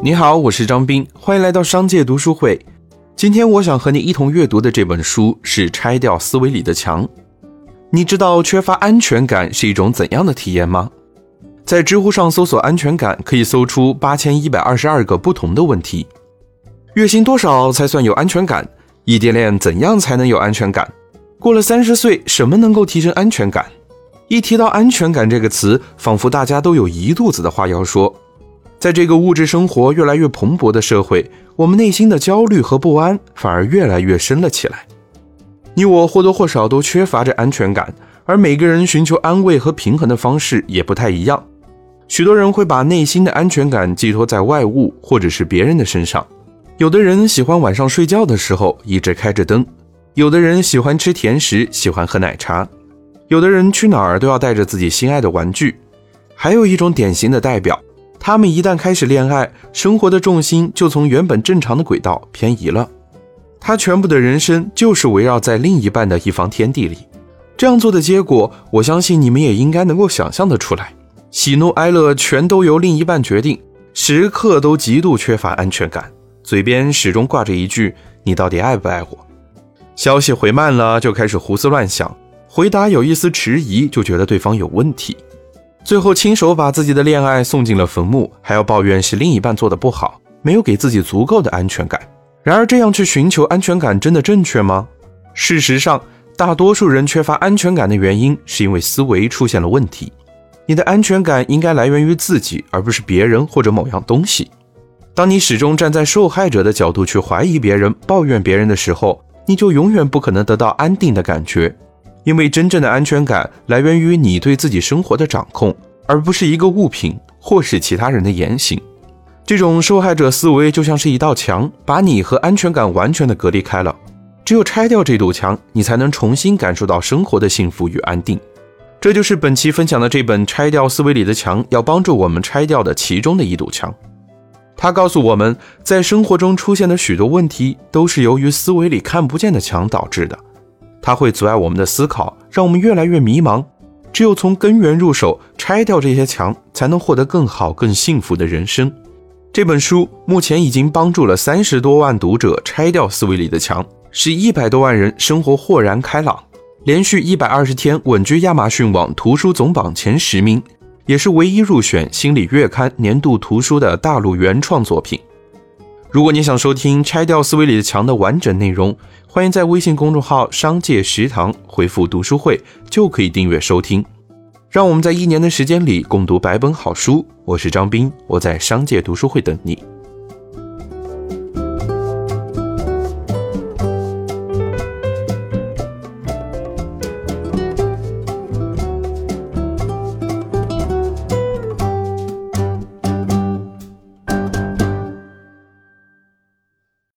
你好，我是张斌，欢迎来到商界读书会。今天我想和你一同阅读的这本书是《拆掉思维里的墙》。你知道缺乏安全感是一种怎样的体验吗？在知乎上搜索安全感，可以搜出8122个不同的问题。月薪多少才算有安全感？异地恋怎样才能有安全感？过了30岁，什么能够提升安全感？一提到安全感这个词，仿佛大家都有一肚子的话要说。在这个物质生活越来越蓬勃的社会，我们内心的焦虑和不安反而越来越深了起来。你我或多或少都缺乏着安全感，而每个人寻求安慰和平衡的方式也不太一样。许多人会把内心的安全感寄托在外物或者是别人的身上。有的人喜欢晚上睡觉的时候一直开着灯，有的人喜欢吃甜食，喜欢喝奶茶，有的人去哪儿都要带着自己心爱的玩具。还有一种典型的代表，他们一旦开始恋爱，生活的重心就从原本正常的轨道偏移了。他全部的人生就是围绕在另一半的一方天地里。这样做的结果，我相信你们也应该能够想象得出来。喜怒哀乐全都由另一半决定，时刻都极度缺乏安全感，嘴边始终挂着一句你到底爱不爱我？消息回慢了就开始胡思乱想，回答有一丝迟疑就觉得对方有问题，最后亲手把自己的恋爱送进了坟墓，还要抱怨是另一半做得不好，没有给自己足够的安全感。然而这样去寻求安全感真的正确吗？事实上，大多数人缺乏安全感的原因是因为思维出现了问题。你的安全感应该来源于自己，而不是别人或者某样东西。当你始终站在受害者的角度去怀疑别人、抱怨别人的时候，你就永远不可能得到安定的感觉。因为真正的安全感来源于你对自己生活的掌控，而不是一个物品或是其他人的言行。这种受害者思维就像是一道墙，把你和安全感完全的隔离开了。只有拆掉这堵墙，你才能重新感受到生活的幸福与安定。这就是本期分享的这本《拆掉思维里的墙》要帮助我们拆掉的其中的一堵墙。它告诉我们，在生活中出现的许多问题都是由于思维里看不见的墙导致的。它会阻碍我们的思考，让我们越来越迷茫。只有从根源入手，拆掉这些墙，才能获得更好更幸福的人生。这本书目前已经帮助了30多万读者拆掉思维里的墙，使100多万人生活豁然开朗，连续120天稳居亚马逊网图书总榜前10名，也是唯一入选心理月刊年度图书的大陆原创作品。如果你想收听拆掉思维里的墙的完整内容，欢迎在微信公众号商界食堂回复读书会就可以订阅收听。让我们在1年的时间里共读100本好书。我是张斌，我在商界读书会等你。